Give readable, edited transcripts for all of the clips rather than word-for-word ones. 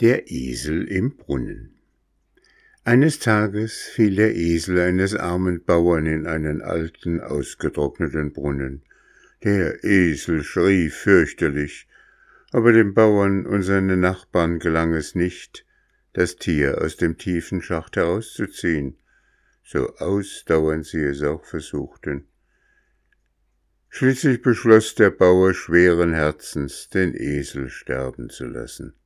Der Esel im Brunnen. Eines Tages fiel der Esel eines armen Bauern in einen alten, ausgetrockneten Brunnen. Der Esel schrie fürchterlich, aber dem Bauern und seinen Nachbarn gelang es nicht, das Tier aus dem tiefen Schacht herauszuziehen, so ausdauernd sie es auch versuchten. Schließlich beschloss der Bauer schweren Herzens, den Esel sterben zu lassen.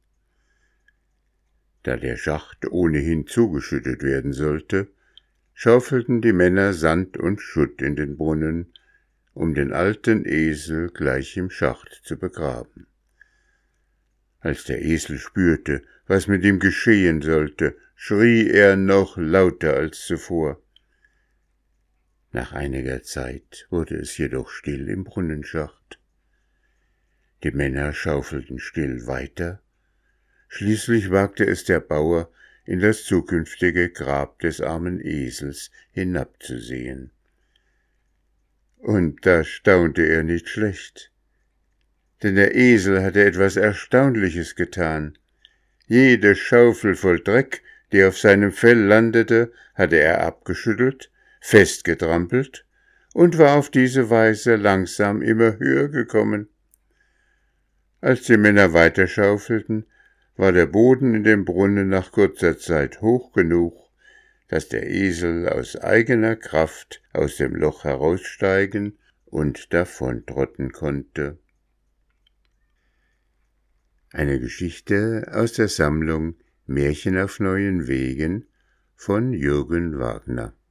Da der Schacht ohnehin zugeschüttet werden sollte, schaufelten die Männer Sand und Schutt in den Brunnen, um den alten Esel gleich im Schacht zu begraben. Als der Esel spürte, was mit ihm geschehen sollte, schrie er noch lauter als zuvor. Nach einiger Zeit wurde es jedoch still im Brunnenschacht. Die Männer schaufelten still weiter. Schließlich wagte es der Bauer, in das zukünftige Grab des armen Esels hinabzusehen. Und da staunte er nicht schlecht, denn der Esel hatte etwas Erstaunliches getan. Jede Schaufel voll Dreck, die auf seinem Fell landete, hatte er abgeschüttelt, festgetrampelt und war auf diese Weise langsam immer höher gekommen. Als die Männer weiterschaufelten, war der Boden in dem Brunnen nach kurzer Zeit hoch genug, dass der Esel aus eigener Kraft aus dem Loch heraussteigen und davontrotten konnte. Eine Geschichte aus der Sammlung Märchen auf neuen Wegen von Jürgen Wagner.